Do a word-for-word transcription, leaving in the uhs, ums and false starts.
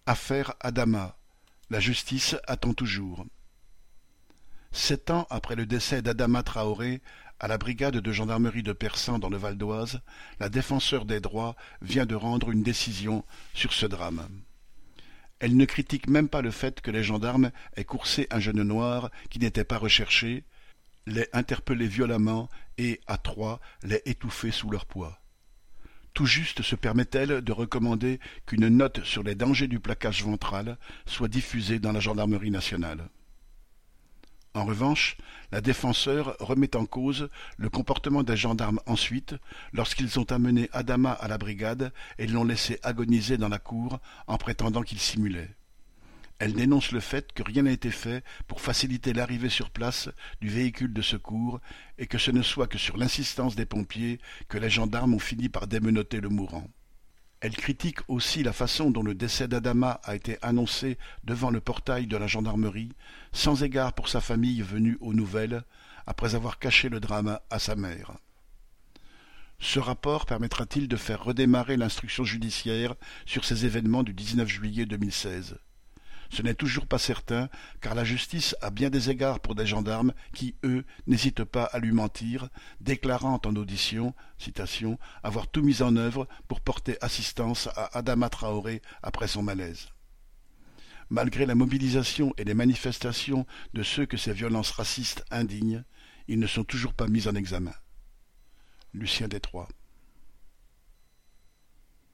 Affaire Adama. La justice attend toujours. Sept ans après le décès d'Adama Traoré, à la brigade de gendarmerie de Persan dans le Val d'Oise, la défenseure des droits vient de rendre une décision sur ce drame. Elle ne critique même pas le fait que les gendarmes aient coursé un jeune noir qui n'était pas recherché, l'ait interpellé violemment et, à trois, l'ait étouffé sous leur poids. Tout juste se permet-elle de recommander qu'une note sur les dangers du plaquage ventral soit diffusée dans la gendarmerie nationale. En revanche, la défenseure remet en cause le comportement des gendarmes ensuite, lorsqu'ils ont amené Adama à la brigade et l'ont laissé agoniser dans la cour en prétendant qu'il simulait. Elle dénonce le fait que rien n'a été fait pour faciliter l'arrivée sur place du véhicule de secours et que ce ne soit que sur l'insistance des pompiers que les gendarmes ont fini par démenotter le mourant. Elle critique aussi la façon dont le décès d'Adama a été annoncé devant le portail de la gendarmerie, sans égard pour sa famille venue aux nouvelles, après avoir caché le drame à sa mère. Ce rapport permettra-t-il de faire redémarrer l'instruction judiciaire sur ces événements du dix-neuf juillet deux mille seize ? Ce n'est toujours pas certain, car la justice a bien des égards pour des gendarmes qui, eux, n'hésitent pas à lui mentir, déclarant en audition, citation, avoir tout mis en œuvre pour porter assistance à Adama Traoré après son malaise. Malgré la mobilisation et les manifestations de ceux que ces violences racistes indignent, ils ne sont toujours pas mis en examen. Lucien Détroit.